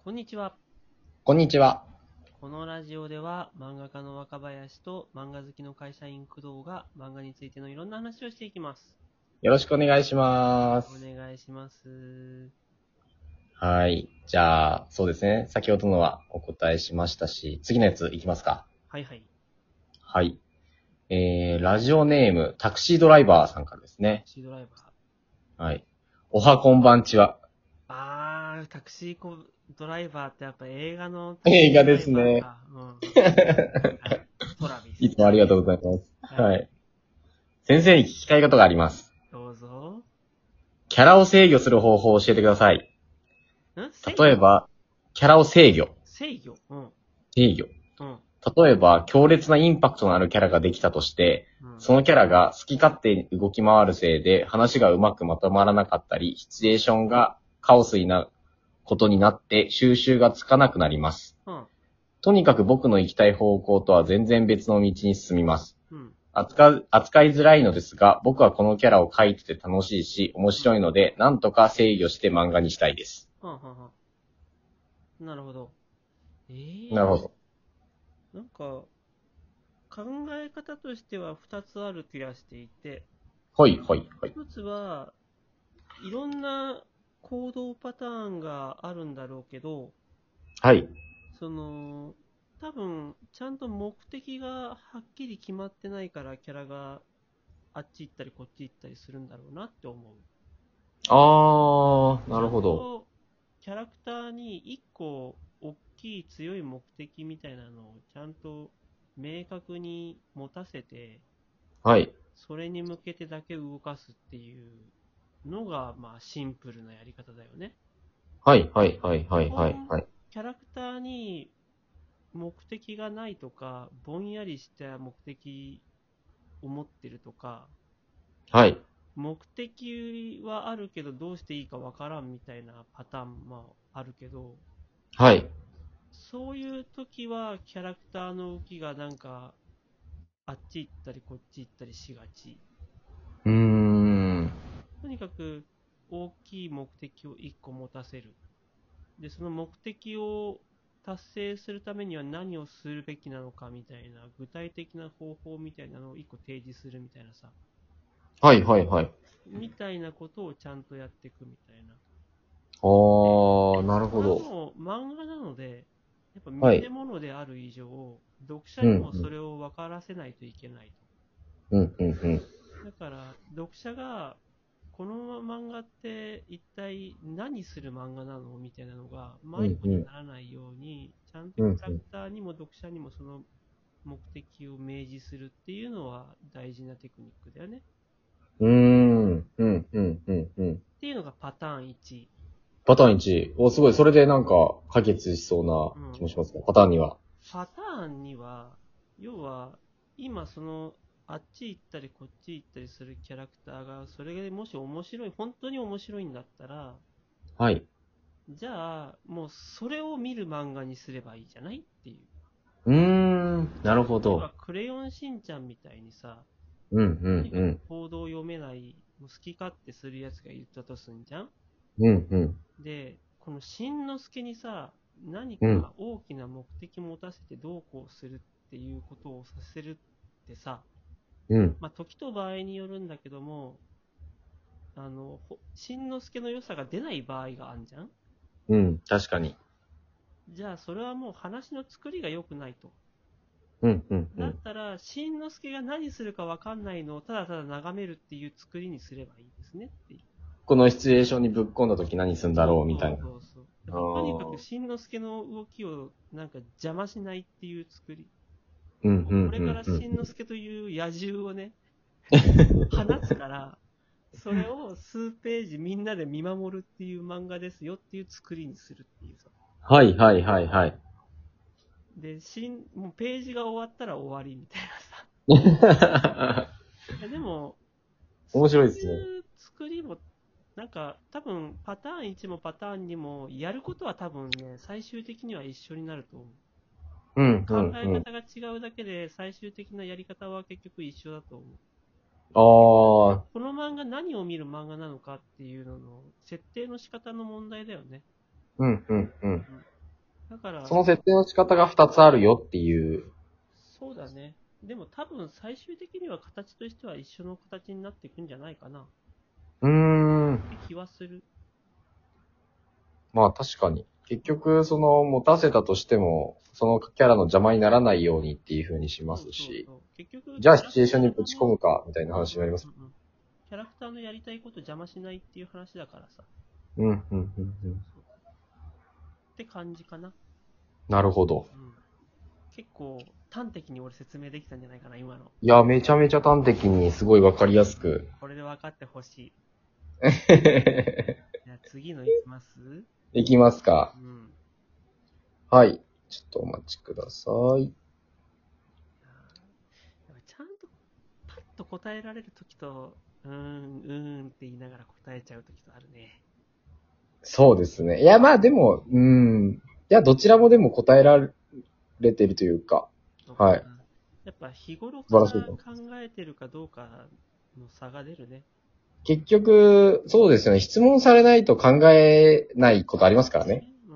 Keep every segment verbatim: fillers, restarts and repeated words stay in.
こんにちは。 こんにちは。 このラジオでは漫画家の若林と漫画好きの会社員工藤が漫画についてのいろんな話をしていきます。 よろしくお願いしまおす。 願いします。 はい。じゃあ、そうですね。先ほどのはお答えしましたし、次のやついきますか。 はいはい。 はい。えー、ラジオネーム、タクシードライバーさんからですね。 タクシードライバー。 はい。おはこんばんちは。 あー、タクシーコドライバーってやっぱ映画のタクシードライ映画ですね。 バーか。うんうんうん。はい。トラビス。 いつもありがとうございます。 はい。 はい。先生に聞きたいことがあります。 どうぞ。 キャラを制御する方法を教えてください。 ん制御例えば、キャラを制御。 制御うん。 制御。 うん。 例えば、強烈なインパクトのあるキャラができたとして、 うん。 そのキャラが好き勝手に動き回るせいで話がうまくまとまらなかったり、シチュエーションがカオスなことになって収集がつかなくなります。 うん。 とにかく僕の行きたい方向とは全然別の道に進みます。 うん。 扱う、扱いづらいのですが、僕はこのキャラを描いてて楽しいし、面白いので、なんとか制御して漫画にしたいです。 はんはんはん。なるほど。えー、 なるほど。 なんか、考え方としてはふたつある気がしていて、 はい、はい、はい。 ひとつはいろんな行動パターンがあるんだろうけど、 はい。 その、多分ちゃんと目的がはっきり決まってないからキャラがあっち行ったりこっち行ったりするんだろうなって思う。 あー、なちゃんるほど。 とキャラクターにいっこ大きい強い目的みたいなのをちゃんと明確に持たせて、 はい。 それに向けてだけ動かすっていうのが、まあ、シンプルなやり方だよね。 はい、はい、はい、 基はい、はい、 本、 はい。 キャラクターに目的がないとか、ぼんやりした目的を持ってるとか、 はい。 目的はあるけどどうしていいかわからんみたいなパターンもあるけど、 はい。 そういう時はキャラクターの動きがなんか、あっち行ったりこっち行ったりしがち。 うーん。 とにかく大きい目的をいっこ持たせる。で、その目的を達成するためには何をするべきなのかみたいな、具体的な方法みたいなのをいっこ提示するみたいなさ、 はい、はい、はい。 みたいなことをちゃんとやっていくみたいな。 あで、 ー、なるこれはほど。 もう漫画なので、やっぱ見はい。 せ物である以上、読者うん、 にもうん、 それを分からせないといけないと。 うん、うん、うん。 だから、読者が、この漫画って一体何する漫画なのみたいなのがうん、 迷子うん、 にならないように、ちゃんとうん、 キャラクうん。 ターにも読者にもその目的を明示するっていうのは大事なテクニックだよね。 うーん、うん、うん、うん、うん。 っていうのがパターンいち。 パターンいち。お、すごい。それでなんか解決しそうなうん。 気もしますね。パターンには。 パターンには、要は、今その、あっち行ったりこっち行ったりするキャラクターが、それがもし面白い、本当に面白いんだったら、 はい。 じゃあ、もうそれを見る漫画にすればいいじゃないっていう。 うーん、なるほど。 例えば、クレヨンしんちゃんみたいにさ、 うん、うん、 とにかくうん。 行動を読めない、もう好き勝手するやつがいたとすんじゃん。 うん、うん、 で、このしんのすけにさ、何うん、 か大きな目的持たせてどうこうするっていうことをさせるってさ、 うん、 まあ、時と場合によるんだけども、あの、ほしんのすけの良さが出ない場合があるじゃん。 うん。確かに。 じゃあ、それはもう話の作りが良くないと。 うん、うん、うだっん。 たら、しんのすけが何するかわかんないのをただただ眺めるっていう作りにすればいいですねっていう。 このシチュエーションにぶっ込んだ時何するんだそうそうろうみたいな。 そうそう。だあからとにかくー。 しんのすけの動きをなんか邪魔しないっていう作り。 うん、うん、 もうこれうん、うん。 からしんのすけという野獣をね、放つから、それを数ページみんなで見守るっていう漫画ですよっていう作りにするっていうさ。 はい、はい、はい、はい。 で、しん、もうページが終わったら終わりみたいなさ。いやでも、 面そう白いですね。 いう作りも、なんか多分パターンいちもパターンにもやることは多分ね、最終的には一緒になると思う。 うん、う考ん、うん。 え方が違うだけで最終的なやり方は結局一緒だと思う。 あー。 この漫画何を見る漫画なのかっていうのの設定の仕方の問題だよね。 うん、うん、うん。 うん。 だから、 その設定の仕方がふたつあるよっていう。 そうだね。でも多分最終的には形としては一緒の形になっていくんじゃないかな。っうーん。 て気はする。 まあ確かに。結局、その、持たせたとしても、そのキャラの邪魔にならないようにっていう風にしまそうすし、 そうそう。結局、 じゃあキャラクシチュエーションにターのね、 ぶち込むか、みたいなうんうん話になります。 うんうん。キャラクターのやりたいこと邪魔しないっていう話だからさ。 うん、うん、うん、うん。 そうって感じかな。 なるほど。 うん。結構端的に俺説明できたんじゃないかな、今の。 いや、めちゃめちゃ端的にすごいわかりやすく。 これで分かってほしい。 いじゃあ次のいきます。 きますか。 うん。 はい。ちょっとお待ちください。 やっぱちゃんとパッと答えられるときと、うーん、うーんって言いながら答えちゃうときとあるね。 そうですね。いや、まあでも、うん。いや、どちらもでも答えられてるというか、 そうかな。 はい。 やっぱ日頃素晴かららしいと思う。 考えてるかどうかの差が出るね。 結局、そうですよね。質問されないと考えないことありますからね。 うん。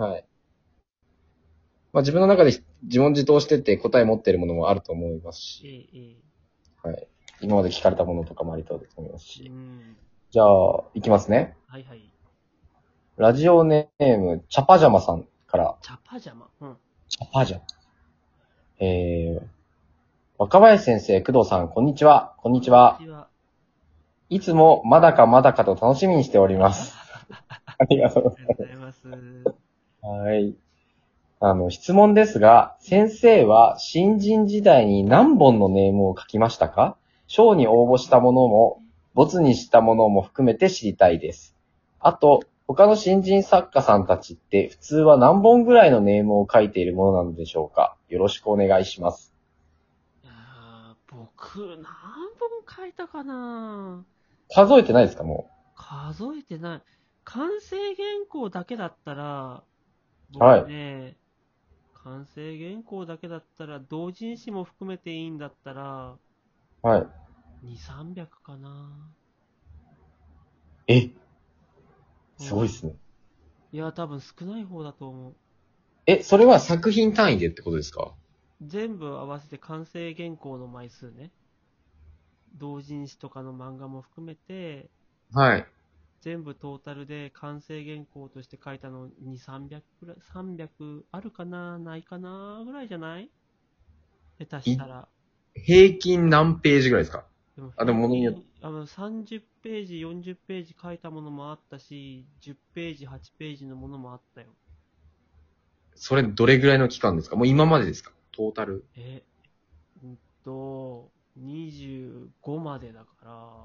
はい。まあ自分の中で自問自答してて答え持ってるものもあると思いますし、 ええ、ええ。 はい。今まで聞かれたものとかもありそうだと思いますうし。 ん。 じゃあ、いきますね。 はいはい。 ラジオネーム、チャパジャマさんから、 チャパジャマ。うん。 チャパジャマ。えー、若林先生、工藤さん、こんにちは。こんにちは。 こんにちは。 いつもまだかまだかと楽しみにしております。ありがとうございありがとうございます。 ます。はい。あの、質問ですが、先生は新人時代に何本のネームを書きましたか？賞に応募したものも、ボツにしたものも含めて知りたいです。あと、他の新人作家さんたちって普通は何本ぐらいのネームを書いているものなのでしょうか？よろしくお願いします。 いやー、僕、何本書いたかな。 数えてないですか？も数えてない。完成原稿だけだったら、 う。は僕い。 ね、完成原稿だけだったら、同人誌も含めていいんだったら、 はい。 に、さんびゃくかな。 え、 うん。 すごいですね。 いや、多分少ない方だと思う。 え、それは作品単位でってことですか？ 全部合わせて完成原稿の枚数ね。同人誌とかの漫画も含めて、 はい。 全部トータルで完成原稿として書いたのに、さんびゃくくらい、さんびゃくあるかなないかなぐらいじゃない？下手しい、 たら。 平均何ページぐらいですか？ でもあ、で平も物によって、 均、あのさんじゅっページ、よんじゅっページ書いたものもあったし、じゅっページ、はちページのものもあったよ。 それどれぐらいの期間ですか？もう今までですか？トータル。 え、うんと、にじゅうごまでだから、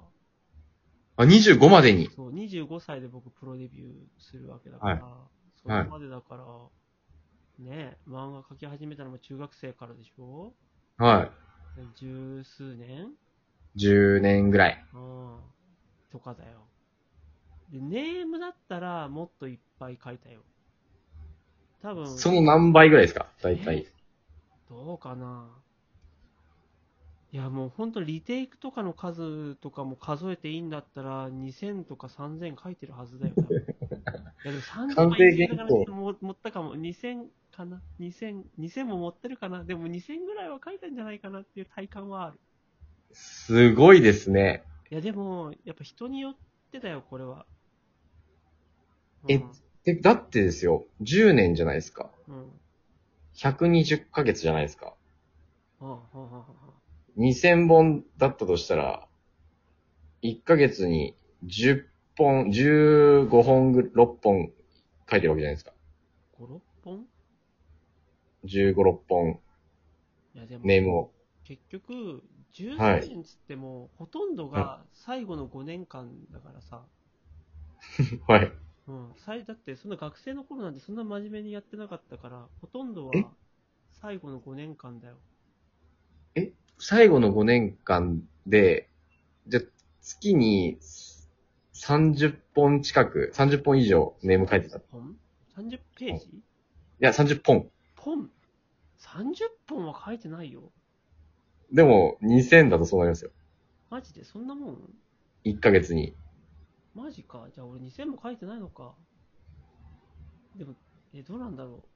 あ、にじゅうごまでに。 そう、にじゅうごさいで僕プロデビューするわけだかはい。 ら、それはい。 までだから、ね、漫画描き始めたのも中学生からでしょ？ は十数年い。じゅうねんぐらい。 うん。とかだよ。で、ネームだったらもっといっぱい書いたよ。多分、 その何倍ぐらいですか？だいたえい。 どうかな。いや、もう本当にリテイクとかの数とかも数えていいんだったら、にせんとかさんぜん書いてるはずだよ、多分。いや、でもさんぜんは言い完成過ぎたかな。 原稿。 も持ったかも。にせんかな。にせん、にせんも持ってるかな。でもにせんぐらいは書いたんじゃないかなっていう体感はある。 すごいですね。 いや、でも、やっぱ人によってだよ、これは。うえ、 ん。 で、だってですよ。じゅうねんじゃないですか。 うん。 ひゃくにじゅっかげつじゃないですか。 はあ、はあ、はあ、はあ。 にせんぼんだったとしたら、いっかげつにじゅっぽん、じゅうごほんぐ、ろっぽん書いてるわけじゃないですか。 ご、ろっぽん。 じゅうご、ろっぽんいや、でも、 ネームを。 結局、十数はい。 年つっても、ほとんどはい。 が最後のごねんかんだからさ。 はい。 うん。最だって、そんな学生の頃なんてそんな真面目にやってなかったから、ほとんどえ、 は最後のごねんかんだよ。 え、最後のごねんかんで、じゃ、月にさんじゅっぽん近く、さんじゅっぽん以上ネーム書いてた。いポン ?さんじゅう ページや、さんじゅっぽん。 ポン ?さんじゅっ 本は書いてないよ。 でも、にせんだとそうなりますよ。 マジでそんなもん？ いっかげつに。 マジか。じゃあ俺にせんも書いてないのか。でも、え、どうなんだろ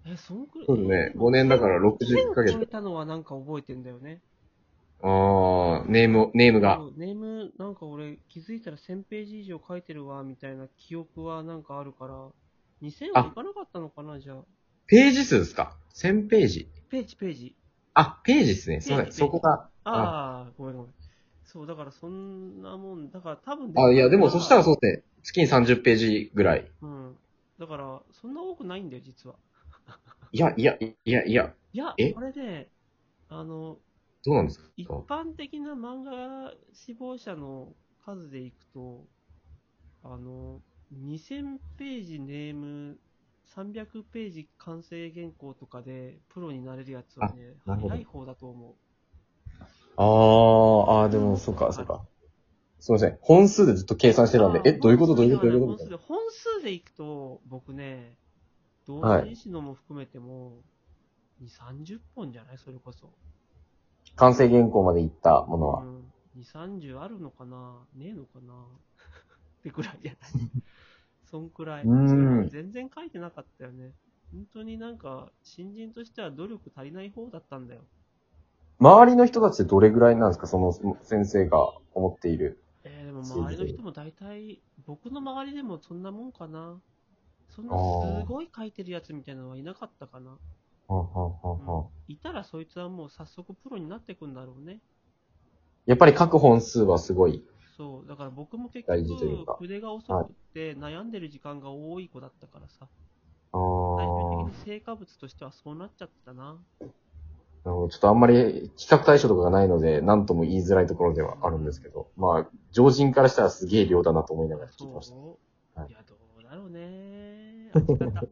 え、そんくらい。 そうですね。ごねんだからろくじゅっかげつ。 超えたのはなんか覚えてんだよね。 ああ、ネーム、ネームが。 そう、ネーム、なんか俺気づいたらせんページ以上書いてるわ、みたいな記憶はなんかあるから、にせんはいあ、 かなかったのかな、じゃあ。 ページ数ですか？ せん ページ。 ページ、ページ。 あ、ページですね。すページ、 いません。 ページ。 そこが。あ、 ああ、ごめんごめん。そう、だからそんなもん、だから多分であ、 もいや、でもそしたらあれは、 そうですね。月にさんじゅっページぐらい。 うん。だから、そんな多くないんだよ、実は。 いや、いや、いや、いや。 いや、 えこれね、あの、 どうなんです一か？ 般的な漫画志望者の数でいくと、あの、にせんページネーム、さんびゃくページ完成原稿とかでプロになれるやつはあ、 ね、 なるほど。 早い方だと思う。 あー、あー、でも、 僕もっそうか、 とかかる。 そうか。すいません。本数でずっと計算してたんで、 ああ、 え、どういうことどういうこと本数ではない、 どういうことみたい本数で。本数でいくと、僕ね、同な。はい。 人誌のも含めても、に、さんじゅっぽんじゃないそれこそ。 完成原稿までいったものは。 うん。に、さんじゅうあるのかなねえのかなってくらいじゃない。そんくらい。 うーそう、 ん。 全然書いてなかったよね。本当になんか、新人としては努力足りない方だったんだよ。 周りの人たちってどれぐらいなんですか？その先生が思っているえー、でも周りの数字で。 人も大体、僕の周りでもそんなもんかな。そんあなすあ。 ごい書いてるやつみたいなのはいなかったかな。 はんはんはうん。 んはん。 いたらそいつはもう早速プロになってくんだろうね。 やっぱり書く本数はすごいそう。だから僕も結大事という局、 か。 筆が遅はい。 くって悩んでる時間が多い子だったからさ。 あ最終的にあ。 成果物としてはそうなっちゃったな。 ちょっとあんまり比較対象とかがないので、何とも言いづらいところではあるんですうん。 けど、まあ、常人からしたらすげえ量だなと思いながあ、 ら聞いてました。 そはい。 ういや、どうだろうね。味方。